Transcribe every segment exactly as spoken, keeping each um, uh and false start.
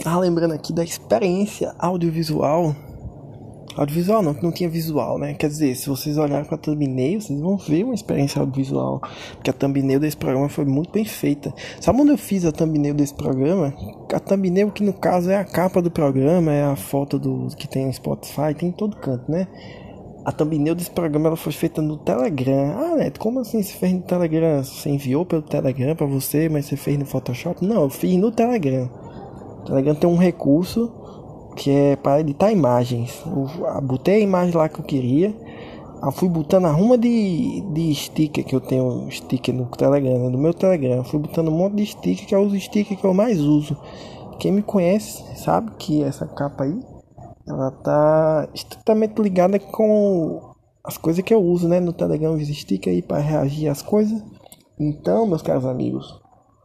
tava lembrando aqui da experiência audiovisual. Audiovisual não, que não tinha visual, né? Quer dizer, se vocês olharem pra thumbnail, vocês vão ver uma experiência audiovisual. Porque a thumbnail desse programa foi muito bem feita. Sabe onde eu fiz a thumbnail desse programa? A thumbnail que no caso é a capa do programa, é a foto do que tem no Spotify, tem em todo canto, né? A thumbnail desse programa ela foi feita no Telegram. Ah, Neto, como assim você fez no Telegram? Você enviou pelo Telegram pra você, mas você fez no Photoshop? Não, eu fiz no Telegram. O Telegram tem um recurso que é para editar imagens. Eu botei a imagem lá que eu queria. Eu fui botando a ruma de, de sticker que eu tenho, sticker no Telegram, né, no meu Telegram. Eu fui botando um monte de sticker, que é os stickers que eu mais uso. Quem me conhece sabe que essa capa aí, ela tá estritamente ligada com as coisas que eu uso, né? No Telegram os stickers aí para reagir às coisas. Então, meus caros amigos,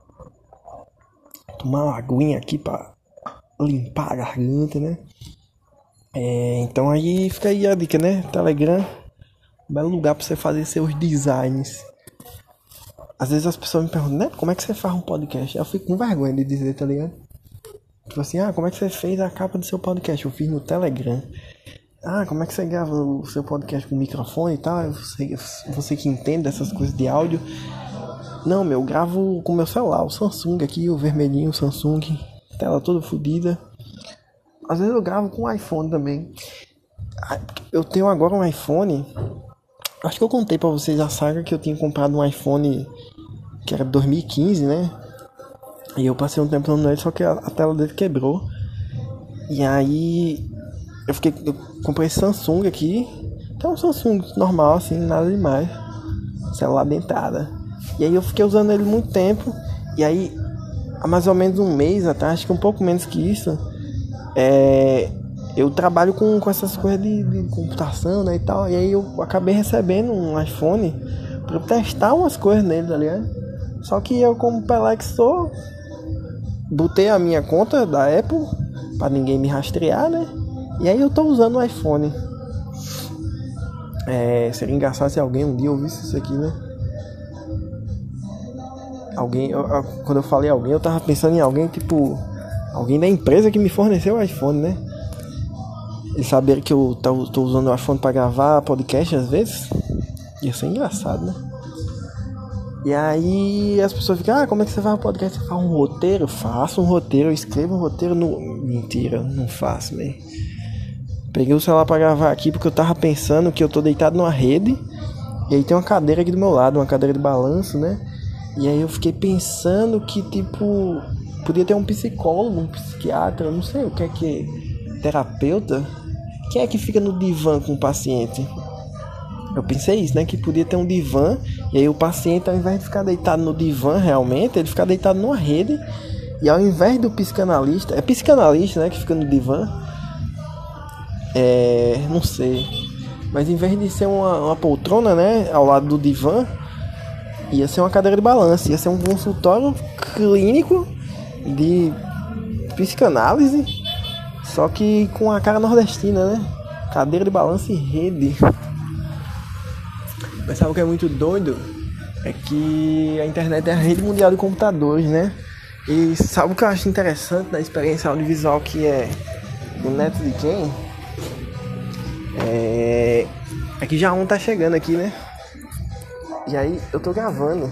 tomar uma aguinha aqui para limpar a garganta, né? É, então aí fica aí a dica, né? Telegram, um belo lugar para você fazer seus designs. Às vezes as pessoas me perguntam, né? Como é que você faz um podcast? Eu fico com vergonha de dizer, tá ligado? Tipo assim, ah, como é que você fez a capa do seu podcast? Eu fiz no Telegram. Ah, como é que você grava o seu podcast com microfone e tal? Você, você que entende dessas coisas de áudio. Não, meu, eu gravo com meu celular, o Samsung aqui, o vermelhinho, o Samsung, tela toda fodida. Às vezes eu gravo com o iPhone também. Eu tenho agora um iPhone. Acho que eu contei pra vocês a saga que eu tinha comprado um iPhone que era dois mil e quinze, né? E eu passei um tempo usando ele, só que a, a tela dele quebrou. E aí eu fiquei. Eu comprei esse Samsung aqui. Que é um Samsung normal, assim, nada demais. Celular dentada. E aí eu fiquei usando ele muito tempo. E aí, há mais ou menos um mês atrás, acho que um pouco menos que isso. É, eu trabalho com, com essas coisas de, de computação, né, e tal. E aí eu acabei recebendo um iPhone pra eu testar umas coisas nele, tá ligado? Só que eu, como Pelex sou, botei a minha conta da Apple pra ninguém me rastrear, né? E aí eu tô usando o iPhone. É, seria engraçado se alguém um dia ouvisse isso aqui, né? Alguém, eu, eu, quando eu falei alguém, eu tava pensando em alguém, tipo, alguém da empresa que me forneceu o iPhone, né? Eles saberem que eu tô, tô usando o iPhone pra gravar podcast às vezes. Ia ser engraçado, né? E aí as pessoas ficam, ah, como é que você faz um podcast? Você faz um roteiro? Faço um roteiro, eu escrevo um roteiro no... Mentira, não faço, velho. Peguei o celular pra gravar aqui porque eu tava pensando que eu tô deitado numa rede. E aí tem uma cadeira aqui do meu lado, uma cadeira de balanço, né? E aí eu fiquei pensando que, tipo, podia ter um psicólogo, um psiquiatra, não sei o que é que é, terapeuta. Quem é que fica no divã com o paciente? Eu pensei isso, né? Que podia ter um divã. E aí o paciente, ao invés de ficar deitado no divã realmente, ele fica deitado numa rede. E ao invés do psicanalista... É psicanalista, né? Que fica no divã. É... Não sei. Mas em vez de ser uma, uma poltrona, né? Ao lado do divã, ia ser uma cadeira de balanço. Ia ser um consultório clínico de psicanálise. Só que com a cara nordestina, né? Cadeira de balanço e rede. Mas sabe o que é muito doido? É que a internet é a rede mundial de computadores, né? E sabe o que eu acho interessante da experiência audiovisual, que é o neto de quem? É... é que já um tá chegando aqui, né? E aí eu tô gravando.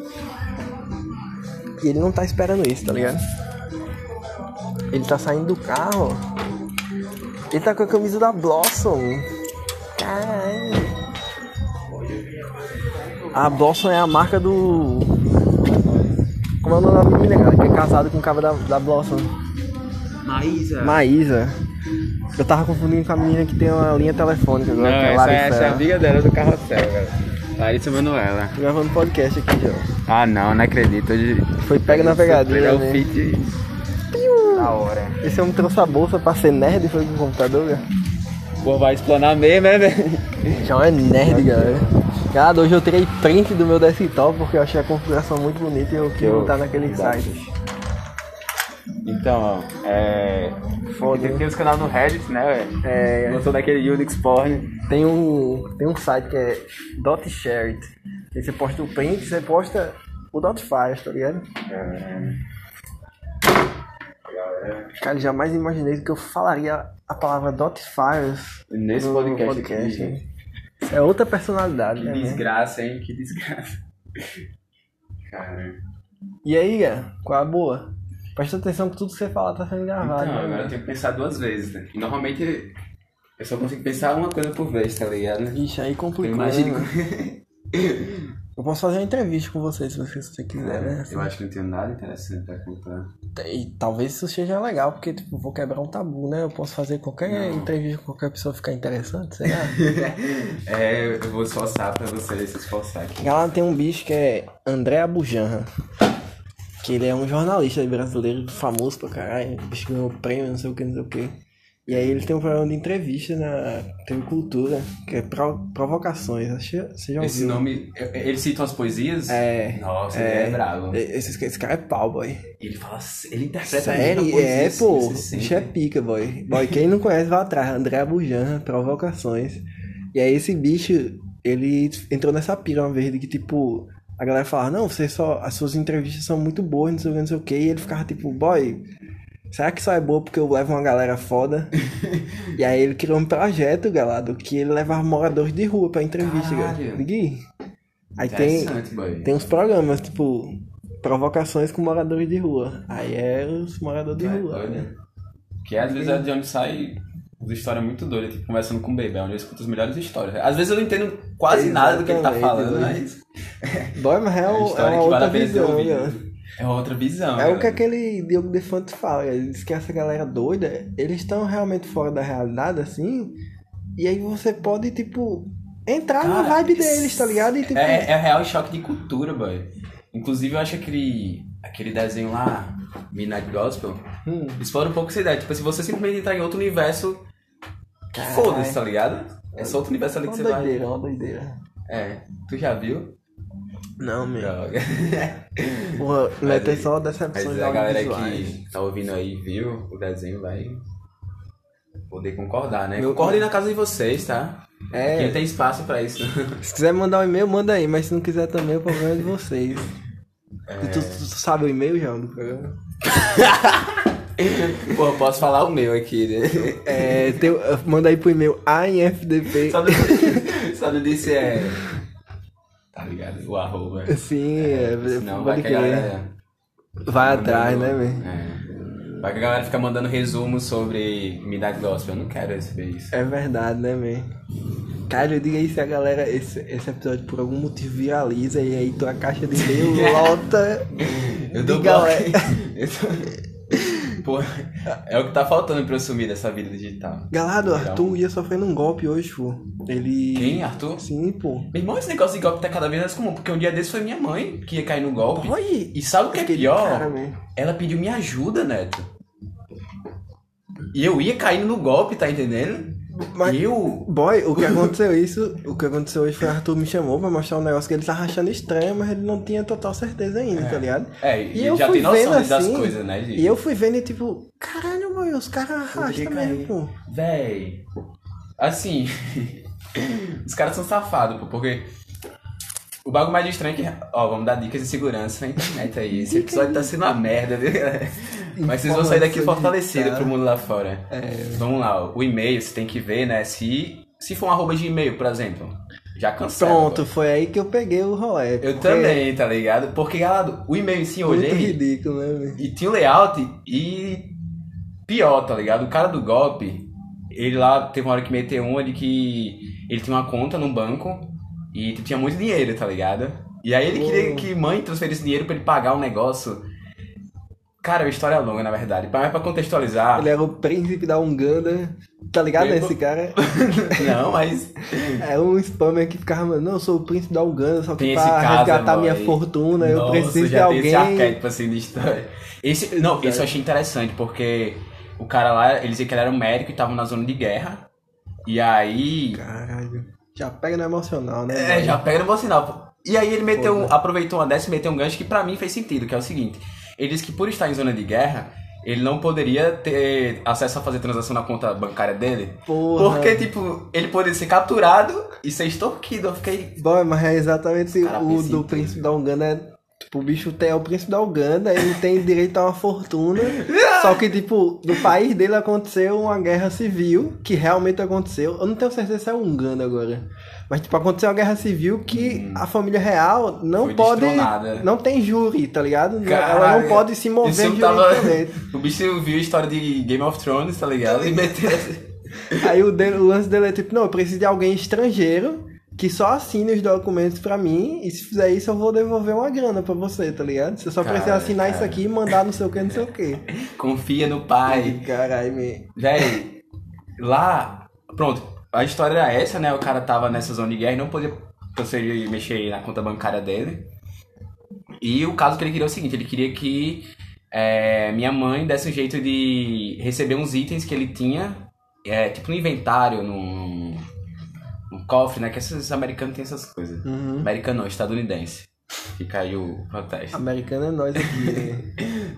E ele não tá esperando isso, tá ligado? Ele tá saindo do carro. Ele tá com a camisa da Blossom. Caralho. A Blossom é a marca do... Como é o nome da menina, cara? Que é casado com o cara da, da Blossom. Maísa. Maísa. Eu tava confundindo com a menina que tem uma linha telefônica agora. Não, que é essa, Larissa. essa é a amiga dela do Carrossel, cara. Larissa Manoela. Tô gravando podcast aqui, já. Ah, não, não acredito. Hoje Foi pega na pegadinha, é o né? fit da hora. Esse homem trouxe a bolsa pra ser nerd e foi com o computador, cara. Pô, vai explanar mesmo, né, velho? Já é nerd, galera. Cara, hoje eu tirei print do meu desktop porque eu achei a configuração muito bonita e eu quis botar naquele site. Então, ó, é... Foda. Tem, tem os canais no Reddit, né, velho? É, Lançou daquele Unix Porn. tem um, tem um site que é .shared. Aí você posta o print, você posta o .files, tá ligado? É... É. Cara, jamais imaginei que eu falaria a palavra Dot Fires Nesse no podcast, podcast. aqui. É outra personalidade, Que né? desgraça, hein? Que desgraça. Cara. E aí, Gá, qual é a boa? Presta atenção que tudo que você falar tá sendo gravado. Então, né, agora eu mano? tenho que pensar duas vezes, né? E normalmente eu só consigo pensar uma coisa por vez, tá ligado? Ixi, aí Eu complicou. imagino. Né? Eu posso fazer uma entrevista com você se você, se você quiser, né? Eu acho que não tenho nada interessante pra contar. E talvez isso seja legal, porque tipo, eu vou quebrar um tabu, né? Eu posso fazer qualquer Não. entrevista com qualquer pessoa ficar interessante, sei lá. É, eu vou esforçar pra você se esforçar aqui. Galera, tem um bicho que é André Abujanra. Que ele é um jornalista brasileiro famoso pra caralho. O bicho ganhou prêmio, não sei o que, não sei o que. E aí ele tem um programa de entrevista na T V Cultura, que é Pro- Provocações. Acho que você já ouviu. Esse nome, ele cita as poesias? É. Nossa, ele é bravo. Esse, esse cara é pau, boy. Ele fala, ele interpreta Sério? mesmo a poesia, É, assim, pô. você O sente. bicho é pica, boy. Boy, quem não conhece, vai atrás. André Abujanra, Provocações. E aí esse bicho, ele entrou nessa pira uma vez de que, tipo, a galera falava, não, você só, as suas entrevistas são muito boas, não sei o que, não sei o que. E ele ficava tipo, boy, será que só é boa porque eu levo uma galera foda? E aí ele criou um projeto, galado, que ele levava moradores de rua pra entrevista, galera. Caralho. Liguei. Aí tem, Interessante, boy. tem uns programas, tipo, provocações com moradores de rua. Aí é os moradores de É, rua, doido. né? Que às vezes é de onde sai uma história muito doida, tipo, conversando com o Baby, é onde eu escuto as melhores histórias. Às vezes eu não entendo quase nada do que ele tá Exatamente, falando, né? mas Boy, mas é, é o- uma é história uma que vale outra a pena ser visão, ouvida. né? É outra visão. É o que cara. aquele Diogo Defante fala, ele diz que essa galera doida, eles estão realmente fora da realidade, assim, e aí você pode, tipo, entrar na Cara, vibe deles, tá ligado? E, tipo, É, é real choque de cultura, boy. Inclusive, eu acho aquele, aquele desenho lá, Midnight Gospel, hum, explora um pouco essa ideia. Tipo, se você simplesmente entrar em outro universo, que Caralho. foda-se, tá ligado? É só outro universo ali uma que você doideira, vai. uma doideira. É, tu já viu? Não, meu. Droga. Porra, não é Mas ter aí- só Mas decepções a galera audiovisuais. que tá ouvindo aí viu o desenho vai poder concordar, né? Meu- Concordem na casa de vocês, tá? É. Aqui não tem espaço pra isso. Se quiser mandar um e-mail, manda aí, mas se não quiser também, o problema é de vocês. E tu, tu- tu sabe o e-mail, João, do programa? Pô, eu posso falar o meu aqui, né? É, tem, manda aí pro e-mail A N F D P. Sabe, sabe disso é. Tá ligado? O arroba. Sim, é, Senão vai pode que a crer. galera. Vai mandando- atrás, né, velho? É. Vai que a galera fica mandando resumos sobre Midnight Gospel. Eu não quero receber isso. É verdade, né, man? Cara, eu digo aí se a galera, esse, esse episódio por algum motivo viraliza e aí tua caixa de e-mail lota Eu de dou galera. Eu tô- Pô, é o que tá faltando pra eu sumir dessa vida digital. Galado, o Virar Arthur um- ia sofrendo um golpe hoje, pô. Ele... Quem, Arthur? Sim, pô. Meu irmão, esse negócio de golpe tá cada vez mais comum, porque um dia desse foi minha mãe que ia cair no golpe. Boy, E sabe o que é aquele pior? cara, man. Ela pediu minha ajuda, Neto. E eu ia caindo no golpe, tá entendendo? Mas- E eu... Boy, o que aconteceu isso, o que aconteceu hoje foi o Arthur me chamou pra mostrar um negócio que ele tava achando estranho, mas ele não tinha total certeza ainda, tá ligado? É, E e eu já fui tem noção vendo das assim, coisas, né, gente? E eu fui vendo e tipo, caralho, boy, os caras arrastam mesmo, pô. Véi... Assim... os caras são safados, pô, porque... O bagulho mais estranho é que... Ó, vamos dar dicas de segurança na internet aí. Esse episódio tá sendo uma merda, viu, galera? Mas vocês vão sair daqui Informação fortalecidos digital. pro mundo lá fora. É. Vamos lá, o e-mail você tem que ver, né? Se, se for um arroba de e-mail, por exemplo, já cancela. Pronto, foi aí que eu peguei o rolê. Eu porque também, tá ligado? Porque, galera, o e-mail em si eu é muito olhei ridículo, né, velho? e tinha o layout e pior, tá ligado? O cara do golpe, ele lá teve uma hora que meteu uma de que ele tinha uma conta num banco e tinha muito dinheiro, tá ligado? E aí ele queria Pô. que mãe transferisse dinheiro pra ele pagar um negócio. Cara, é uma história longa, na verdade. Mas pra contextualizar... Ele era o príncipe da Uganda, tá ligado Eu- esse cara? Não, mas... É um spammer que ficava, mano, não, eu sou o príncipe da Uganda, só que Tem esse pra caso, resgatar boy. minha fortuna, eu Nossa, preciso de já tem alguém. esse arquétipo assim de história. Esse, não, esse eu achei interessante, porque o cara lá, ele dizia que ele era um médico e tava na zona de guerra. E aí... Caralho, já pega no emocional, né? É, mano? já pega no bom sinal, pô. E aí ele meteu, um, Porra. aproveitou uma dessa e meteu um gancho que pra mim fez sentido, que é o seguinte. Ele disse que por estar em zona de guerra, ele não poderia ter acesso a fazer transação na conta bancária dele. Porra. Porque, tipo, ele poderia ser capturado e ser extorquido. Eu fiquei... Boy, mas é exatamente Cara, o pensei do em príncipe da Uganda, é Tipo, o bicho tem, é o príncipe da Uganda, ele tem direito a uma fortuna. Só que, tipo, no país dele aconteceu uma guerra civil, que realmente aconteceu. Eu não tenho certeza se é Uganda agora. Mas, tipo, aconteceu uma guerra civil que hum. a família real não Foi pode... destronada. Não tem júri, tá ligado? Caralho, ela não pode se mover juridicamente. Tava... O bicho viu a história de Game of Thrones, tá ligado? E meteu... Aí o, dele, o lance dele é tipo, não, eu preciso de alguém estrangeiro que só assine os documentos pra mim, e se fizer isso eu vou devolver uma grana pra você, tá ligado? Você só cara, precisa assinar cara. isso aqui e mandar não sei o que, não sei o que. Confia no pai. Caralho, me... Véi, lá... Pronto, a história era essa, né? O cara tava nessa zona de guerra e não podia transferir, mexer na conta bancária dele. E o caso que ele queria é o seguinte, ele queria que é, minha mãe desse um jeito de receber uns itens que ele tinha, é, tipo no inventário, num... um cofre, né? Que esses americanos têm essas coisas. Uhum. Americano não, estadunidense. Fica aí o protesto. Americano é nós aqui, né?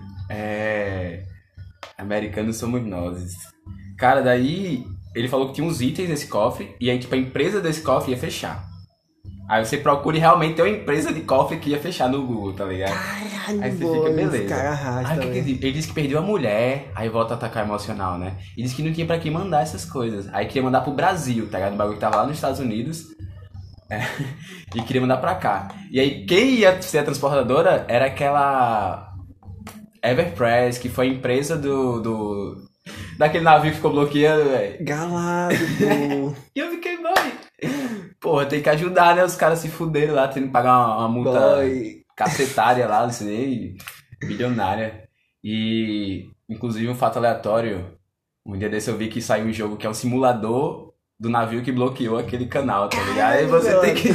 É... Americanos somos nós. Cara, daí ele falou que tinha uns itens nesse cofre e aí, tipo, a empresa desse cofre ia fechar. Aí você procura e realmente tem uma empresa de cofre que ia fechar no Google, tá ligado? Caralho, aí você boy, fica, beleza. Cara arrasta, aí, que que ele, ele disse que perdeu a mulher, aí volta a atacar emocional, né? E disse que não tinha pra quem mandar essas coisas. Aí queria mandar pro Brasil, tá ligado? O bagulho que tava lá nos Estados Unidos. É, e queria mandar pra cá. E aí quem ia ser a transportadora era aquela Everpress, que foi a empresa do... do... daquele navio que ficou bloqueando, velho. Galado, pô. E eu fiquei, boy. Porra, tem que ajudar, né? Os caras se fuderam lá, tendo que pagar uma, uma multa boy. cacetária lá, não sei, bilionária. E, inclusive, um fato aleatório, um dia desse eu vi que saiu um jogo que é um simulador do navio que bloqueou aquele canal, tá ligado? Aí você tem que...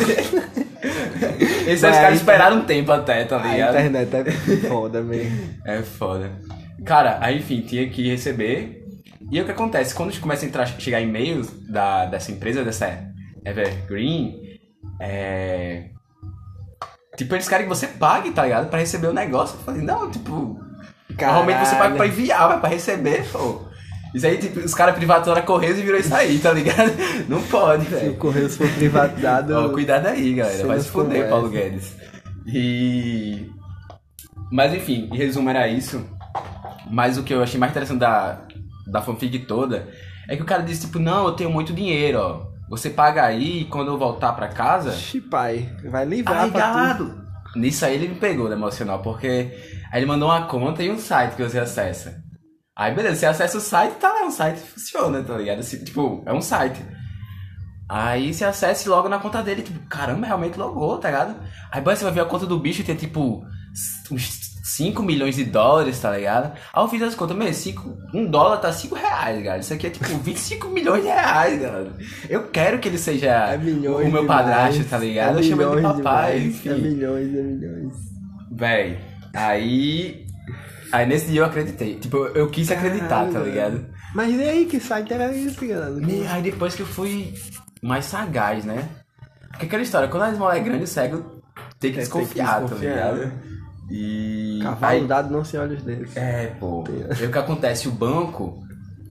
Esses é, caras esperaram um tempo até, tá ligado? A internet é foda mesmo. É foda. Cara, aí enfim, tinha que receber. E aí o que acontece? Quando começa a entrar, chegar e-mails da, dessa empresa, dessa Evergreen, é... tipo, eles querem que você pague, tá ligado? Pra receber o negócio. Eu falei, não, tipo... Caralho. Normalmente você paga pra enviar, mas pra receber, pô. Isso aí, tipo, os caras privatizaram a Correios e virou isso aí, tá ligado? Não pode, velho. Se o Correios for privatizado... Ó, cuidado aí, galera. Vai se foder, Paulo Guedes. E... Mas enfim, em resumo era isso. Mas o que eu achei mais interessante da, da fanfic toda é que o cara disse, tipo, não, eu tenho muito dinheiro, ó. Você paga aí e quando eu voltar pra casa... Xi, pai, vai livrar ai, pra galado. Tu. Nisso aí ele me pegou no emocional, porque aí ele mandou uma conta e um site que você acessa. Aí beleza, você acessa o site, tá lá, um site funciona, tá ligado? Assim, tipo, é um site. Aí você acessa logo na conta dele, tipo, caramba, realmente logou, tá ligado? Aí você vai ver a conta do bicho e tem, tipo, uns cinco milhões de dólares, tá ligado? Aí eu fiz as contas, meu, cinco, um dólar tá cinco reais, cara. Isso aqui é, tipo, vinte e cinco milhões de reais, galera. Eu quero que ele seja é o meu padrasto, tá ligado? É eu chamo ele de papai, demais. enfim. É milhões, é milhões. Véi, aí... Aí nesse dia eu acreditei. Tipo, eu, eu quis Caralho, acreditar, tá ligado? Mas e aí, que site era isso, galera? E aí depois que eu fui mais sagaz, né? Porque aquela história, quando a esmola é grande, o cego tem que, é, desconfiar, tem que desconfiar, tá ligado? Né? E... Cavalo aí, dado não se olha os dedos. É, pô. E o que acontece, o banco...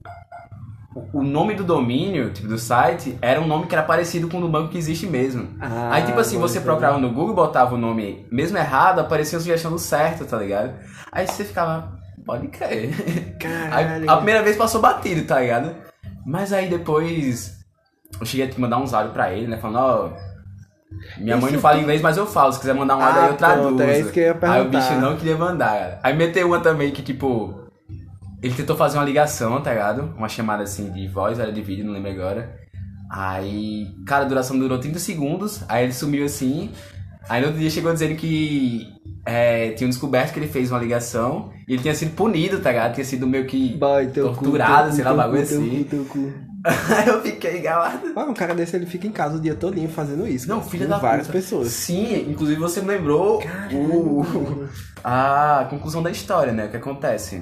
O nome do domínio, tipo, do site, era um nome que era parecido com o do banco que existe mesmo. Ah, aí, tipo assim, você procurava no Google, botava o nome mesmo errado, aparecia a sugestão do certo, tá ligado? Aí você ficava, pode crer. Caralho. Aí, a primeira vez passou batido, tá ligado? Mas aí depois, eu cheguei a mandar uns áudios pra ele, né? Falando, ó... Oh, minha Isso mãe não fala inglês, mas eu falo. Se quiser mandar um áudio ah, aí, eu traduzo. É isso que eu ia perguntar. Aí o bicho não queria mandar, cara. Aí meteu uma também que, tipo... Ele tentou fazer uma ligação, tá ligado? Uma chamada assim de voz, era de vídeo, não lembro agora. Aí, cara, a duração durou trinta segundos, aí ele sumiu assim. Aí no outro dia chegou dizendo que é, tinham descoberto que ele fez uma ligação e ele tinha sido punido, tá ligado? Tinha sido meio que Boy, torturado, cu, sei lá, cu, bagulho cu, assim. Teu cu, teu cu. Aí eu fiquei galado. Ah, um cara desse ele fica em casa o dia todinho fazendo isso. Não, cara, filha com da várias puta. pessoas. Sim, inclusive você me lembrou o, a conclusão da história, né? O que acontece.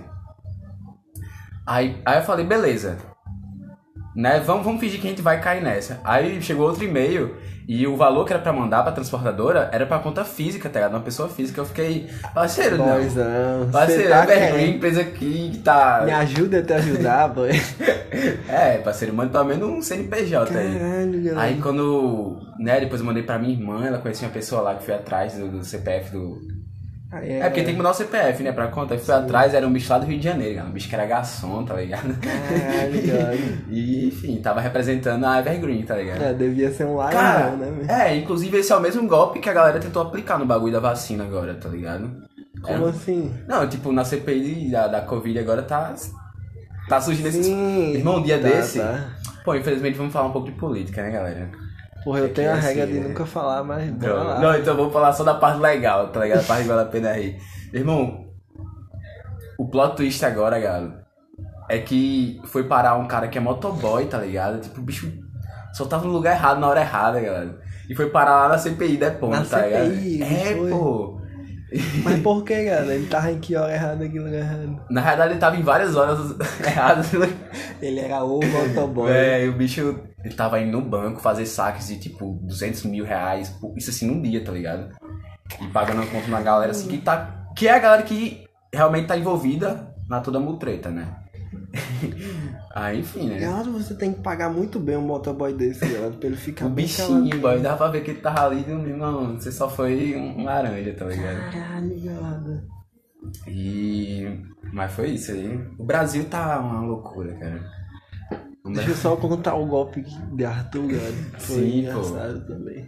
Aí, aí eu falei, beleza, né, vamos, vamos fingir que a gente vai cair nessa. Aí chegou outro e-mail e o valor que era pra mandar pra transportadora era pra conta física, tá ligado? Uma pessoa física. Eu fiquei, parceiro, não. Boizão, parceiro, tá é uma empresa aqui que tá... Me ajuda a te ajudar, boy. É, parceiro, manda pelo menos um C N P J Caralho, aí. Galera. Aí quando, né, depois eu mandei pra minha irmã, ela conhecia uma pessoa lá que foi atrás do, do C P F do... Aí É porque tem que mudar o C P F, né, pra conta. Aí fui atrás, era um bicho lá do Rio de Janeiro, cara. Um bicho que era garçom, tá ligado? Caralho, ligado. E, enfim, tava representando a Evergreen, tá ligado? É, devia ser um Cara, ladrão, né, meu? é, inclusive esse é o mesmo golpe que a galera tentou aplicar no bagulho da vacina agora, tá ligado? Como É, assim? não, tipo, na C P I da, da Covid agora tá, tá surgindo esses... Sim, Irmão, um dia tá, desse... tá. Pô, infelizmente vamos falar um pouco de política, né, galera? Porra, eu É tenho que a regra assim, de é- nunca falar, mas bora Não, lá. não, então vamos falar só da parte legal, tá ligado? A parte que vale a pena rir. Irmão, o plot twist agora, galo, é que foi parar um cara que é motoboy, tá ligado? Tipo, o bicho só tava no lugar errado na hora errada, galera. E foi parar lá na C P I depondo, Na tá ligado? C P I, É, foi. pô. Mas por que, cara? Ele tava em que hora errada, que lugar errado? Na realidade ele tava em várias horas erradas. Ele era o motoboy. É, e o bicho, ele tava indo no banco fazer saques de tipo duzentos mil reais, pô, isso assim num dia, tá ligado? E pagando a conta na galera assim que tá. Que é a galera que realmente tá envolvida na toda a mutreta, né? Aí, enfim, né? Galera, você tem que pagar muito bem um motoboy desse, galera, pra ele ficar O bem bichinho, calado. boy, dava pra ver que ele tava ali, não, você só foi um laranja, tá ligado? Caralho, galera. E. Mas foi isso aí. O Brasil tá uma loucura, cara. Deixa eu só contar o golpe de Arthur, galera. Foi Sim, engraçado também.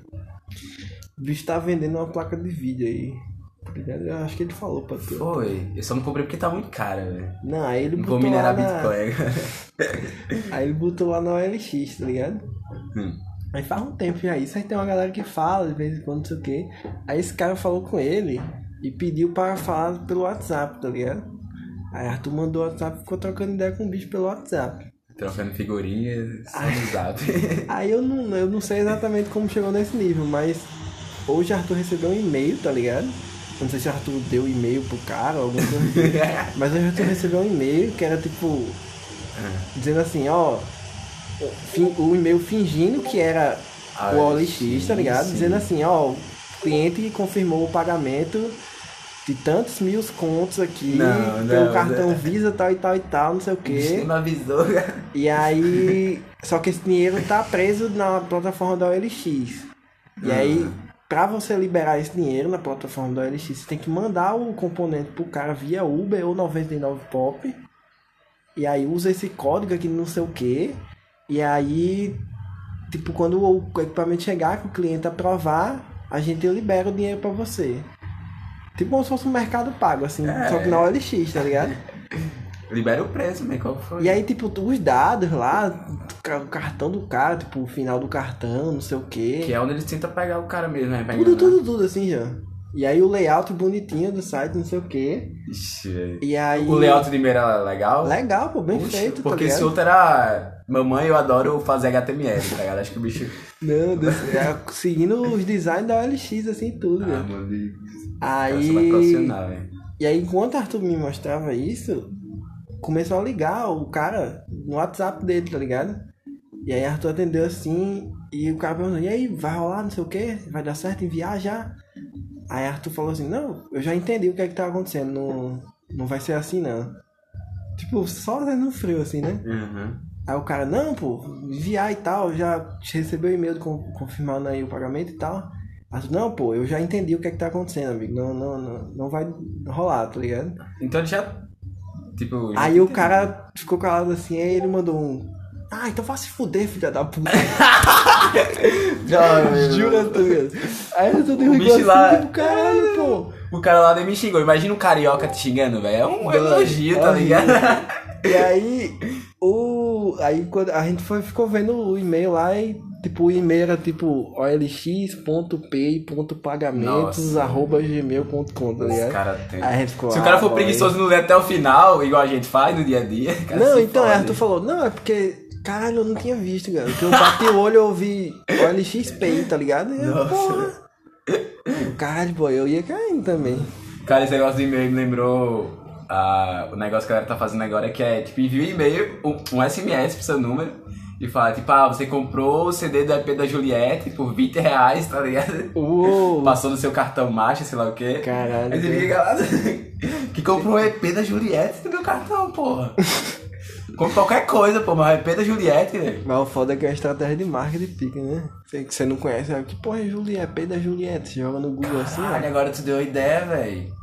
O bicho tá vendendo uma placa de vídeo aí. Tá ligado? Eu acho que ele falou pra tu. Foi. Eu só não comprei porque tá muito cara, velho. Não, aí ele Não vou botou lá minerar na... Bitcoin agora. Aí ele botou lá na O L X, tá ligado? Hum. Aí faz um tempo já isso, aí tem uma galera que fala de vez em quando, não sei o que. Aí esse cara falou com ele e pediu pra falar pelo WhatsApp, tá ligado? Aí Arthur mandou o WhatsApp e ficou trocando ideia com o bicho pelo WhatsApp. Trocando figurinhas só no zap. Aí eu não, eu não sei exatamente como chegou nesse nível, mas hoje Arthur recebeu um e-mail, tá ligado? Eu não sei se Arthur deu o e-mail pro cara ou alguma coisa assim. Mas hoje Arthur recebeu um e-mail que era tipo... Dizendo assim, ó... o fin- O e-mail fingindo que era Ah, o O L X, tá ligado? sim. Dizendo assim, ó... O cliente confirmou o pagamento de tantos mil contos aqui. Não, pelo não, cartão não. Visa, tal e tal e tal, não sei o quê. Não avisou, cara. E aí, só que esse dinheiro tá preso na plataforma da O L X. E aí, pra você liberar esse dinheiro na plataforma da O L X, você tem que mandar o componente pro cara via Uber ou noventa e nove Pop. E aí usa esse código aqui não sei o que. E aí, tipo, quando o equipamento chegar, que o cliente aprovar, a gente libera o dinheiro pra você. Tipo como se fosse um mercado pago, assim, É. só que na O L X, tá ligado? Libera o preço, né? Qual foi? E aí, tipo, os dados lá, o cartão do cara, tipo, o final do cartão, não sei o quê. Que é onde eles tentam pegar o cara mesmo, né? Pra Tudo, enganar. tudo, tudo, assim, já. E aí o layout bonitinho do site, não sei o quê. Ixi, velho. E aí... O layout de e-mail era legal? Legal, pô, bem Oxe, feito, tá porque ligado? esse outro era... Mamãe, eu adoro fazer H T M L, tá ligado? Acho que o bicho... Não, desse- é, seguindo os designs da O L X, assim, tudo, Ah, velho. mano, de- Aí... cara, super profissional, velho. E aí, enquanto o Arthur me mostrava isso, começou a ligar o cara no WhatsApp dele, tá ligado? E aí Arthur atendeu assim, e o cara perguntou, e aí, vai rolar, não sei o quê? Vai dar certo enviar já? Aí Arthur falou assim, não, eu já entendi o que é que tá acontecendo, não, não vai ser assim não. Tipo, só no frio assim, né? Uhum. Aí o cara, não, pô, enviar e tal, já recebeu o e-mail de con- confirmando aí o pagamento e tal. Arthur, não, pô, eu já entendi o que é que tá acontecendo, amigo, não, não, não, não vai rolar, tá ligado? Então ele já... Tipo... já Aí o entendeu. cara ficou calado assim, aí ele mandou um... Ah, então vá se fuder, filha da puta. Já, meu. Jura, tá ligado? Aí eu tô O derrubando bicho assim, lá- tipo, caralho, pô. O cara lá nem me xingou. Imagina um carioca te xingando, velho. É um Mano, elogio, tá horrível. ligado? E aí, o... Aí quando a gente foi, ficou vendo o e-mail lá e, tipo, o e-mail era tipo olx.pay.pagamentos Nossa. arroba gmail ponto com, tá Os ligado? cara tem... Aí a gente ficou, Se o cara ah, for boy. preguiçoso e não ler até o final, igual a gente faz no dia a dia... o cara Não, se então, fode. aí Arthur falou, não, é porque, caralho, eu não tinha visto, cara. Porque eu bati o olho e ouvi O L X Pay, tá ligado? E eu, Nossa. porra. Caralho, pô, eu ia caindo também. Cara, esse negócio de e-mail me lembrou... ah, o negócio que a galera tá fazendo agora, que é, tipo, envia um e-mail, um, um S M S pro seu número, e fala, tipo, ah, você comprou o C D do E P da Juliette por vinte reais, tá ligado? Uou. Passou no seu cartão marcha, sei lá o quê. Caralho, Aí você cara. liga lá, que comprou o E P da Juliette no meu cartão, porra. Compre qualquer coisa, pô, mas o E P da Juliette, velho. Mas o foda é que é a estratégia de marketing pica, né? Você, que você não conhece, é que porra é Juliette, P da Juliette, você joga no Google assim, Caralho, ó. agora tu deu ideia, velho.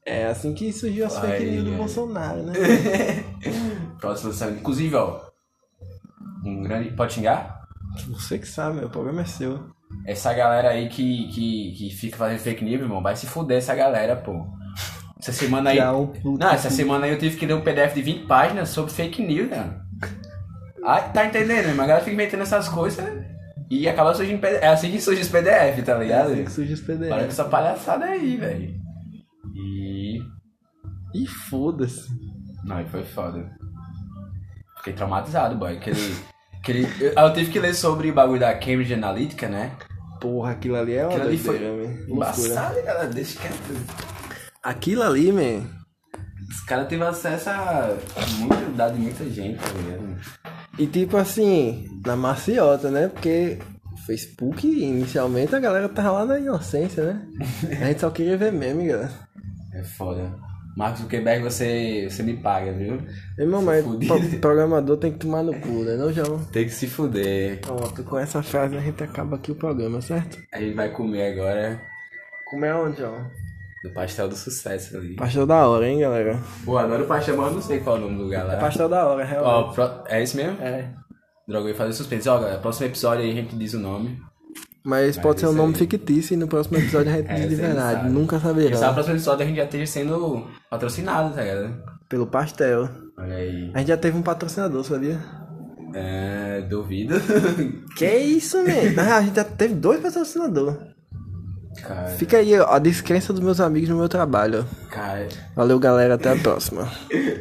É assim que surgiu as fake Aí, news do é. Bolsonaro, né? Próximo lançamento. Inclusive, ó. Um grande. Pode xingar? Você que sabe, meu, o problema é seu. Essa galera aí que, que, que fica fazendo fake news, irmão, vai se fuder essa galera, pô. Essa semana aí. Que é um puto Não, essa que- semana aí eu tive que ler um P D F de vinte páginas sobre fake news, cara. Ah, tá entendendo, né? Mas a galera fica inventando essas coisas, né? E acaba surgindo P D F. É assim que surge os P D F, tá É ligado? assim que surge os P D Para com F. essa palhaçada aí, velho. E. E foda-se. Não, aí foi foda. Fiquei traumatizado, boy. Aquele. aquele... Eu, eu tive que ler sobre o bagulho da Cambridge Analytica, né? Porra, aquilo ali é uma Aquilo ali foi doideira, man. Loucura. embaçado, galera. Deixa quieto. Aquilo ali, man. Os caras teve acesso a muita dado de muita gente, tá ligado? E tipo assim, na maciota, né? Porque o Facebook, inicialmente, a galera tava lá na inocência, né? A gente só queria ver meme, galera. É foda. Marcos Zuckerberg, você, você me paga, viu? Meu irmão, mas fudido. pro- programador tem que tomar no cu, né, não, João? Tem que se fuder. Pronto, com essa frase a gente acaba aqui o programa, certo? A gente vai comer agora Comer onde, João? do pastel do sucesso ali. Pastel da hora, hein, galera? Pô, agora o pastel, mas eu não sei qual é o nome do lugar lá. É pastel da hora, realmente. Ó, pro- é isso mesmo? É. Droga, eu ia fazer suspense. Ó, galera, próximo episódio aí a gente diz o nome. Mas pode ser um isso nome aí. fictício e no próximo episódio a gente É, diz de você não verdade. sabe. Nunca Quem sabe no saberá. próximo episódio a gente já esteja sendo patrocinado, tá ligado? Pelo pastel. Olha aí. A gente já teve um patrocinador, sabia? É, duvido. Que isso, man? Ah, a gente já teve dois patrocinadores. Cara, Fica aí, ó, a descrença dos meus amigos no meu trabalho. cara, Valeu, galera. Até a próxima.